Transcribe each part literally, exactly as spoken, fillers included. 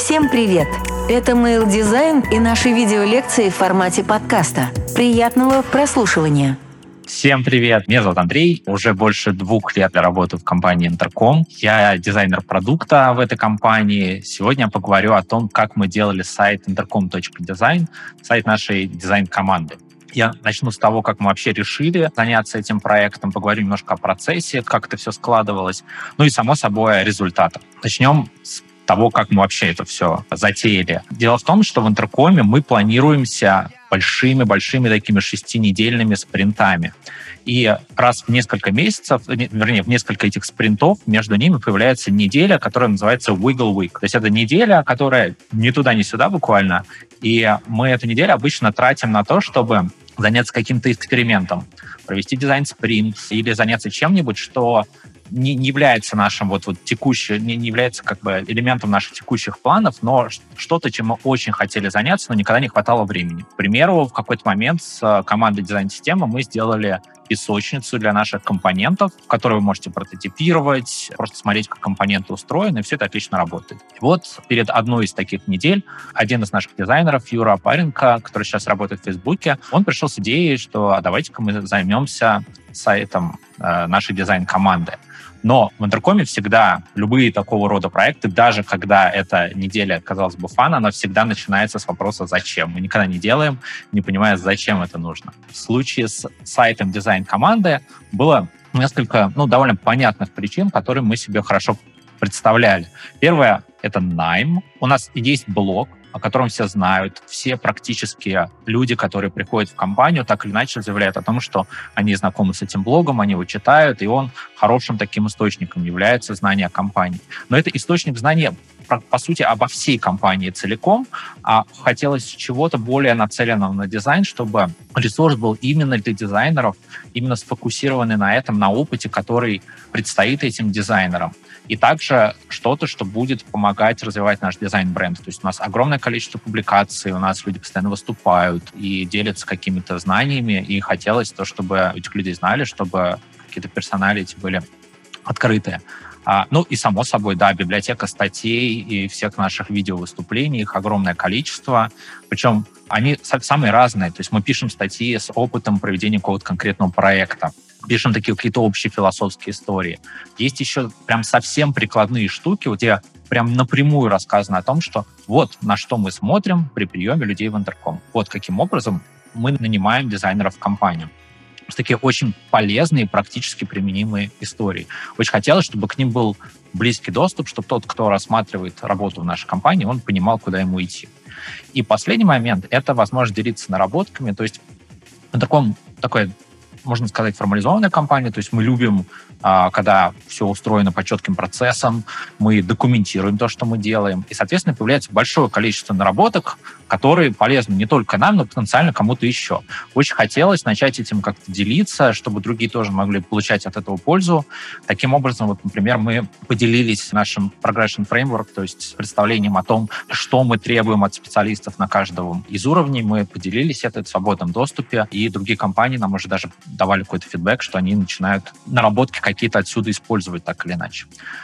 Всем привет! Это Mail Design и наши видеолекции в формате подкаста. Приятного прослушивания! Всем привет! Меня зовут Андрей. Уже больше двух лет я работаю в компании Интерком. Я дизайнер продукта в этой компании. Сегодня я поговорю о том, как мы делали сайт интерком точка дизайн, сайт нашей дизайн-команды. Я начну с того, как мы вообще решили заняться этим проектом, поговорю немножко о процессе, как это все складывалось, ну и, само собой, о результатах. Начнем с того, как мы вообще это все затеяли. Дело в том, что в Интеркоме мы планируемся большими-большими такими шестинедельными спринтами. И раз в несколько месяцев, вернее, в несколько этих спринтов между ними появляется неделя, которая называется Wiggle Week. То есть это неделя, которая ни туда, ни сюда буквально. И мы эту неделю обычно тратим на то, чтобы заняться каким-то экспериментом, провести дизайн-спринт или заняться чем-нибудь, что не, не является нашим вот, вот текущим, не, не является как бы элементом наших текущих планов, но что-то, чем мы очень хотели заняться, но никогда не хватало времени. К примеру, в какой-то момент с командой дизайн-системы мы сделали песочницу для наших компонентов, в которой вы можете прототипировать, просто смотреть, как компоненты устроены, и все это отлично работает. И вот перед одной из таких недель один из наших дизайнеров, Юра Опаренко, который сейчас работает в Фейсбуке, он пришел с идеей, что а давайте-ка мы займемся сайтом э, нашей дизайн-команды. Но в Интеркоме всегда любые такого рода проекты, даже когда эта неделя, казалось бы, фан, она всегда начинается с вопроса «зачем?». Мы никогда не делаем, не понимая, зачем это нужно. В случае с сайтом дизайн-команды было несколько ну, довольно понятных причин, которые мы себе хорошо представляли. Первое — это найм. У нас есть блог, о котором все знают. Все практически люди, которые приходят в компанию, так или иначе заявляют о том, что они знакомы с этим блогом, они его читают, и он хорошим таким источником является знания о компании. Но это источник знания, по сути, обо всей компании целиком, а хотелось чего-то более нацеленного на дизайн, чтобы ресурс был именно для дизайнеров, именно сфокусированный на этом, на опыте, который предстоит этим дизайнерам. И также что-то, что будет помогать развивать наш дизайн-бренд. То есть у нас огромное количество публикаций, у нас люди постоянно выступают и делятся какими-то знаниями, и хотелось то, чтобы этих людей знали, чтобы какие-то персоналити были открытые. А, ну и, само собой, да, библиотека статей и всех наших видеовыступлений, их огромное количество. Причем они самые разные. То есть мы пишем статьи с опытом проведения какого-то конкретного проекта. Пишем такие какие-то общие философские истории. Есть еще прям совсем прикладные штуки, вот где прям напрямую рассказано о том, что вот на что мы смотрим при приеме людей в Интерком. Вот каким образом мы нанимаем дизайнеров в компанию. Такие очень полезные, практически применимые истории. Очень хотелось, чтобы к ним был близкий доступ, чтобы тот, кто рассматривает работу в нашей компании, он понимал, куда ему идти. И последний момент — это возможность делиться наработками. То есть Интерком такой, можно сказать, формализованная компания, то есть мы любим, когда все устроено по четким процессам, мы документируем то, что мы делаем, и, соответственно, появляется большое количество наработок, которые полезны не только нам, но потенциально кому-то еще. Очень хотелось начать этим как-то делиться, чтобы другие тоже могли получать от этого пользу. Таким образом, вот, например, мы поделились нашим Progression Framework, то есть представлением о том, что мы требуем от специалистов на каждом из уровней. Мы поделились это в свободном доступе, и другие компании нам уже даже давали какой-то фидбэк, что они начинают наработки какие-то отсюда использовать так или иначе.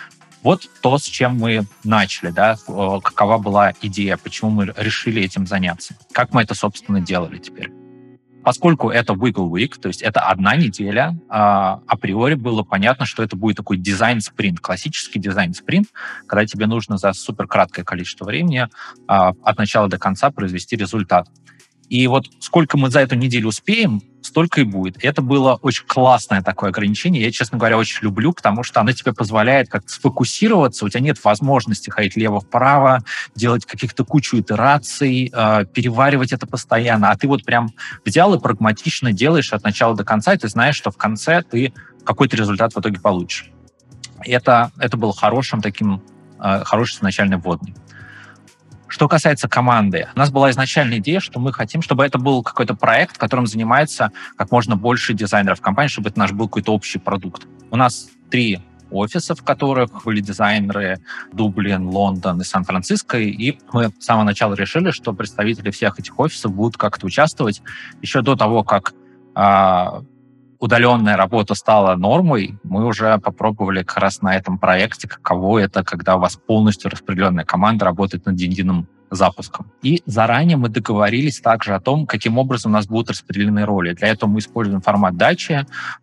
Вот то, с чем мы начали, да, какова была идея, почему мы решили этим заняться. Как мы это, собственно, делали теперь. Поскольку это Wiggle Week, то есть это одна неделя, априори было понятно, что это будет такой дизайн-спринт, классический дизайн-спринт, когда тебе нужно за суперкраткое количество времени от начала до конца произвести результат. И вот сколько мы за эту неделю успеем, столько и будет. И это было очень классное такое ограничение. Я, честно говоря, очень люблю, потому что оно тебе позволяет как-то сфокусироваться. У тебя нет возможности ходить лево-вправо, делать каких-то кучу итераций, э, переваривать это постоянно. А ты вот прям взял и прагматично делаешь от начала до конца, и ты знаешь, что в конце ты какой-то результат в итоге получишь. И это, это было хорошим таким, э, хорошей начальной вводной. Что касается команды, у нас была изначальная идея, что мы хотим, чтобы это был какой-то проект, которым занимается как можно больше дизайнеров компании, чтобы это наш был какой-то общий продукт. У нас три офиса, в которых были дизайнеры: Дублин, Лондон и Сан-Франциско, и мы с самого начала решили, что представители всех этих офисов будут как-то участвовать еще до того, как удаленная работа стала нормой, мы уже попробовали как раз на этом проекте, каково это, когда у вас полностью распределенная команда работает над единым запуском. И заранее мы договорились также о том, каким образом у нас будут распределены роли. Для этого мы используем формат дачи,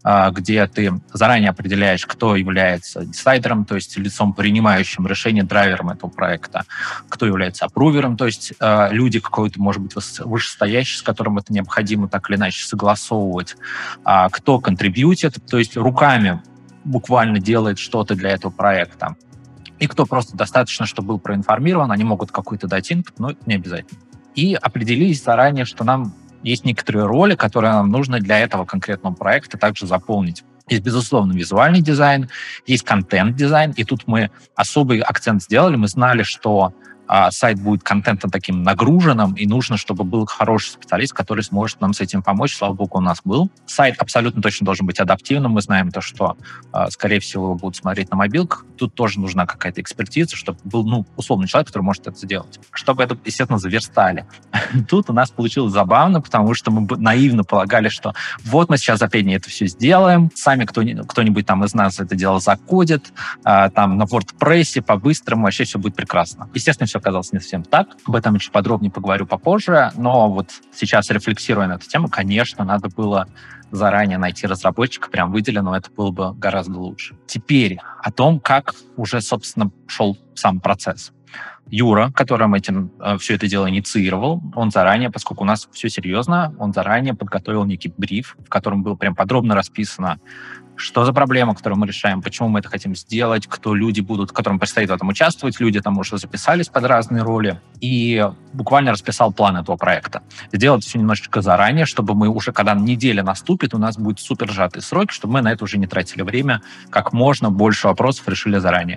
где ты заранее определяешь, кто является десайдером, то есть лицом, принимающим решение, драйвером этого проекта, кто является аппрувером, то есть люди какой-то, может быть, вышестоящий, с которым это необходимо так или иначе согласовывать, кто контрибьютит, то есть руками буквально делает что-то для этого проекта. И кто просто достаточно, чтобы был проинформирован, они могут какой-то дать инпут, но это не обязательно. И определились заранее, что нам есть некоторые роли, которые нам нужно для этого конкретного проекта также заполнить. Есть, безусловно, визуальный дизайн, есть контент-дизайн, и тут мы особый акцент сделали. Мы знали, что а, сайт будет контентом таким нагруженным, и нужно, чтобы был хороший специалист, который сможет нам с этим помочь. Слава богу, у нас был. Сайт абсолютно точно должен быть адаптивным. Мы знаем то, что, а, скорее всего, его будут смотреть на мобилках. Тут тоже нужна какая-то экспертиза, чтобы был, ну, условный человек, который может это сделать. Чтобы это, естественно, заверстали. Тут у нас получилось забавно, потому что мы наивно полагали, что вот мы сейчас за пять дней это все сделаем, сами кто-нибудь там из нас это дело закодит, а, там на WordPress по-быстрому, вообще все будет прекрасно. Естественно, все оказалось не совсем так. Об этом чуть подробнее поговорю попозже, но вот сейчас, рефлексируя на эту тему, конечно, надо было заранее найти разработчика, прям выделенного, это было бы гораздо лучше. Теперь о том, как уже, собственно, шел сам процесс. Юра, которым этим э, все это дело инициировал, он заранее, поскольку у нас все серьезно, он заранее подготовил некий бриф, в котором было прям подробно расписано, что за проблема, которую мы решаем, почему мы это хотим сделать, кто люди будут, которым предстоит в этом участвовать. Люди там уже записались под разные роли. И буквально расписал план этого проекта. Сделать все немножечко заранее, чтобы мы уже, когда неделя наступит, у нас будет супер сжатый срок, чтобы мы на это уже не тратили время, как можно больше вопросов решили заранее.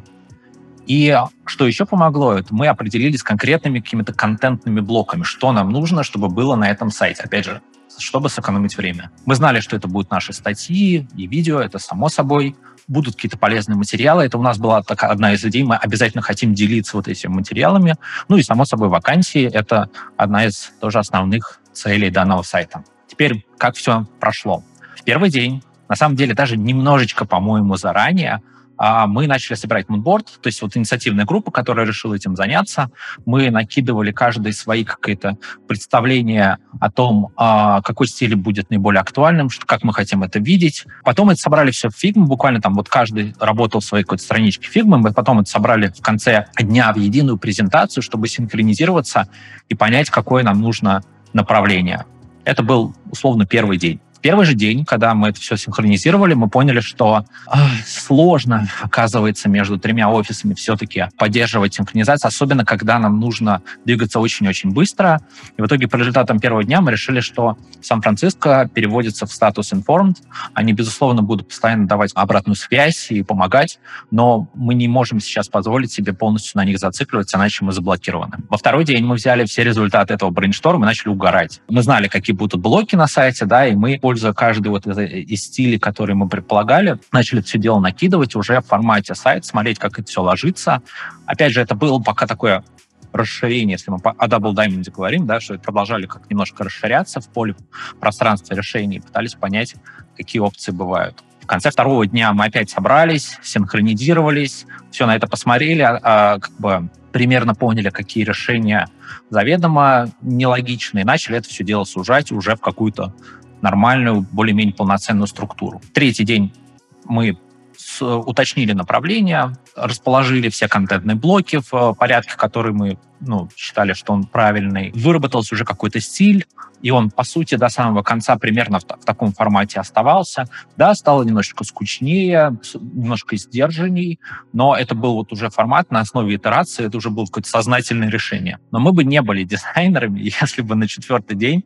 И что еще помогло, это мы определились с конкретными какими-то контентными блоками, что нам нужно, чтобы было на этом сайте. Опять же, чтобы сэкономить время. Мы знали, что это будут наши статьи и видео, это само собой. Будут какие-то полезные материалы. Это у нас была такая одна из идей. Мы обязательно хотим делиться вот этими материалами. Ну и, само собой, вакансии — это одна из тоже основных целей данного сайта. Теперь, как все прошло? В первый день, на самом деле, даже немножечко, по-моему, заранее, мы начали собирать мудборд, то есть вот инициативная группа, которая решила этим заняться. Мы накидывали каждый свои какие-то представления о том, какой стиль будет наиболее актуальным, что, как мы хотим это видеть. Потом это собрали все в Figma, буквально там вот каждый работал в своей какой-то страничке Figma, мы потом это собрали в конце дня в единую презентацию, чтобы синхронизироваться и понять, какое нам нужно направление. Это был, условно, первый день. Первый же день, когда мы это все синхронизировали, мы поняли, что э, сложно, оказывается, между тремя офисами все-таки поддерживать синхронизацию, особенно когда нам нужно двигаться очень-очень быстро. И в итоге по результатам первого дня мы решили, что Сан-Франциско переводится в статус informed. Они, безусловно, будут постоянно давать обратную связь и помогать, но мы не можем сейчас позволить себе полностью на них зацикливаться, иначе мы заблокированы. Во второй день мы взяли все результаты этого брейншторма и начали угорать. Мы знали, какие будут блоки на сайте, да, и мы, пользуясь каждый вот из, из стилей, которые мы предполагали, начали это все дело накидывать уже в формате сайта, смотреть, как это все ложится. Опять же, это было пока такое расширение, если мы о Double Diamond говорим, да, что продолжали как немножко расширяться в поле пространства решений, пытались понять, какие опции бывают. В конце второго дня мы опять собрались, синхронизировались, все на это посмотрели, а, как бы примерно поняли, какие решения заведомо нелогичные, начали это все дело сужать уже в какую-то нормальную, более-менее полноценную структуру. Третий день мы с, уточнили направление, расположили все контентные блоки в порядке, который мы ну, считали, что он правильный. Выработался уже какой-то стиль, и он, по сути, до самого конца примерно в, в таком формате оставался. Да, стало немножечко скучнее, немножко сдержанней, но это был вот уже формат на основе итерации, это уже было какое-то сознательное решение. Но мы бы не были дизайнерами, если бы на четвертый день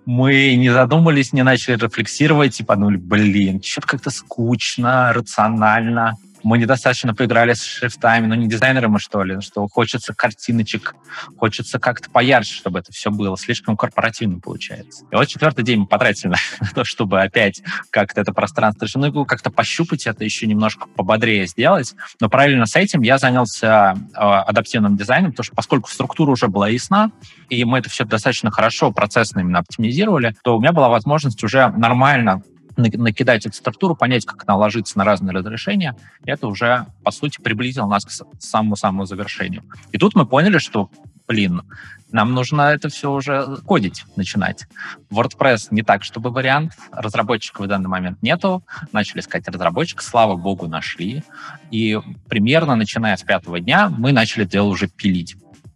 мы не задумались, не начали рефлексировать и подумали, блин, что-то как-то скучно, рационально. Мы недостаточно поиграли с шрифтами, но не дизайнеры мы, что ли, что хочется картиночек, хочется как-то поярче, чтобы это все было. Слишком корпоративно получается. И вот четвертый день мы потратили на то, чтобы опять как-то это пространство решено, ну, как-то пощупать это, еще немножко пободрее сделать. Но параллельно с этим я занялся э, адаптивным дизайном, потому что поскольку структура уже была ясна, и мы это все достаточно хорошо процессно именно оптимизировали, то у меня была возможность уже нормально накидать эту структуру, понять, как она ложится на разные разрешения, это уже, по сути, приблизило нас к самому-самому завершению. И тут мы поняли, что, блин, нам нужно это все уже кодить, начинать. WordPress не так, чтобы вариант. Разработчиков в данный момент нету. Начали искать разработчика, слава богу, нашли. И примерно, начиная с пятого дня, мы начали дело уже пилить.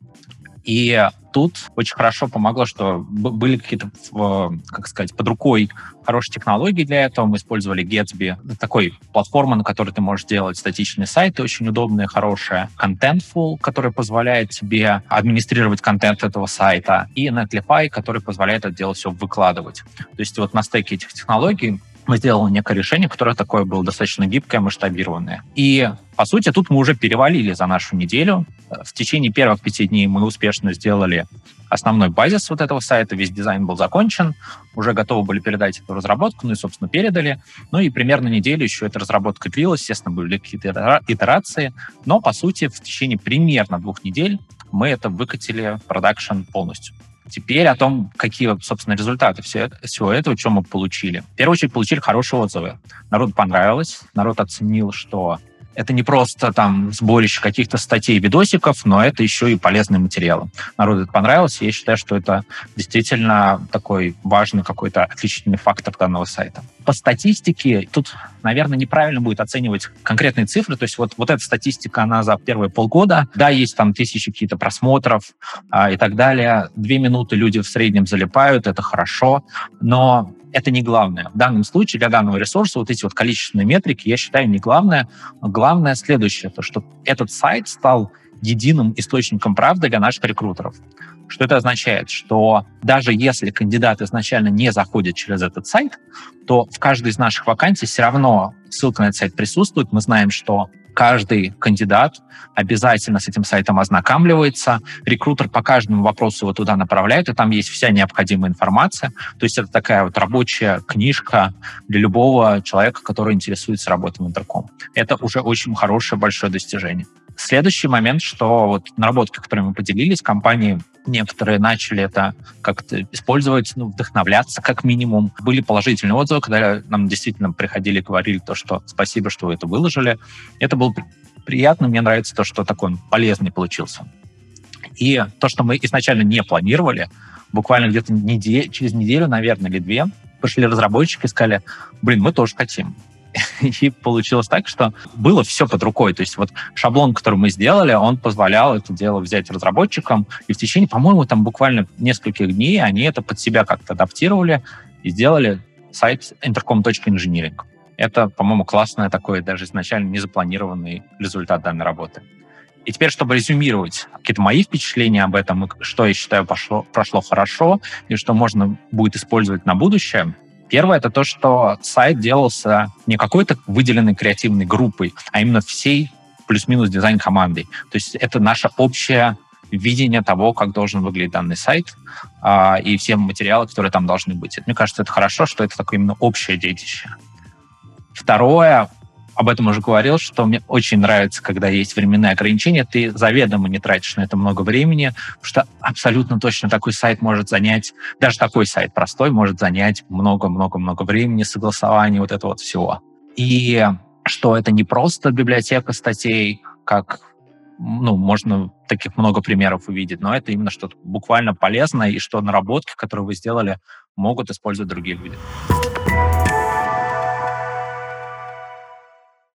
И тут очень хорошо помогло, что были какие-то, как сказать, под рукой хорошие технологии для этого. Мы использовали Gatsby, такой платформа, на которой ты можешь делать статичные сайты, очень удобные, хорошие. Contentful, который позволяет тебе администрировать контент этого сайта. И Netlify, который позволяет это дело все выкладывать. То есть вот на стеке этих технологий мы сделали некое решение, которое такое было достаточно гибкое, масштабированное. И, по сути, тут мы уже перевалили за нашу неделю. В течение первых пяти дней мы успешно сделали основной базис вот этого сайта, весь дизайн был закончен, уже готовы были передать эту разработку, ну и, собственно, передали. Ну и примерно неделю еще эта разработка длилась, естественно, были какие-то итерации, но, по сути, в течение примерно двух недель мы это выкатили в продакшн полностью. Теперь о том, какие, собственно, результаты всего этого, что мы получили. В первую очередь, получили хорошие отзывы. Народу понравилось, народ оценил, что это не просто там сборище каких-то статей, видосиков, но это еще и полезные материалы. Народу это понравилось, и я считаю, что это действительно такой важный какой-то отличительный фактор данного сайта. По статистике, тут, наверное, неправильно будет оценивать конкретные цифры, то есть вот, вот эта статистика, она за первые полгода, да, есть там тысячи каких-то просмотров а, и так далее, две минуты люди в среднем залипают, это хорошо, но это не главное. В данном случае для данного ресурса вот эти вот количественные метрики, я считаю, не главное. Главное следующее, то, что этот сайт стал единым источником правды для наших рекрутеров. Что это означает? Что даже если кандидат изначально не заходит через этот сайт, то в каждой из наших вакансий все равно ссылка на этот сайт присутствует. Мы знаем, что каждый кандидат обязательно с этим сайтом ознакомливается, рекрутер по каждому вопросу его туда направляет, и там есть вся необходимая информация. То есть это такая вот рабочая книжка для любого человека, который интересуется работой в Интерком. Это уже очень хорошее, большое достижение. Следующий момент, что вот наработки, которые мы поделились, компании некоторые начали это как-то использовать, ну, вдохновляться как минимум. Были положительные отзывы, когда нам действительно приходили и говорили то, что спасибо, что вы это выложили. Это было приятно, мне нравится то, что такой он полезный получился. И то, что мы изначально не планировали, буквально где-то неделю, через неделю, наверное, или две, пошли разработчики и сказали, блин, мы тоже хотим. И получилось так, что было все под рукой. То есть вот шаблон, который мы сделали, он позволял это дело взять разработчикам, и в течение, по-моему, там буквально нескольких дней они это под себя как-то адаптировали и сделали сайт интерком точка инжиниринг. Это, по-моему, классный такой, даже изначально незапланированный результат данной работы. И теперь, чтобы резюмировать какие-то мои впечатления об этом, что я считаю пошло, прошло хорошо и что можно будет использовать на будущее. Первое — это то, что сайт делался не какой-то выделенной креативной группой, а именно всей плюс-минус дизайн-командой. То есть это наше общее видение того, как должен выглядеть данный сайт, а, и все материалы, которые там должны быть. Мне кажется, это хорошо, что это такое именно общее детище. Второе, об этом уже говорил, что мне очень нравится, когда есть временные ограничения, ты заведомо не тратишь на это много времени, потому что абсолютно точно такой сайт может занять, даже такой сайт простой может занять много-много-много времени, согласования вот этого вот всего. И что это не просто библиотека статей, как, ну, можно таких много примеров увидеть, но это именно что-то буквально полезное, и что наработки, которые вы сделали, могут использовать другие люди.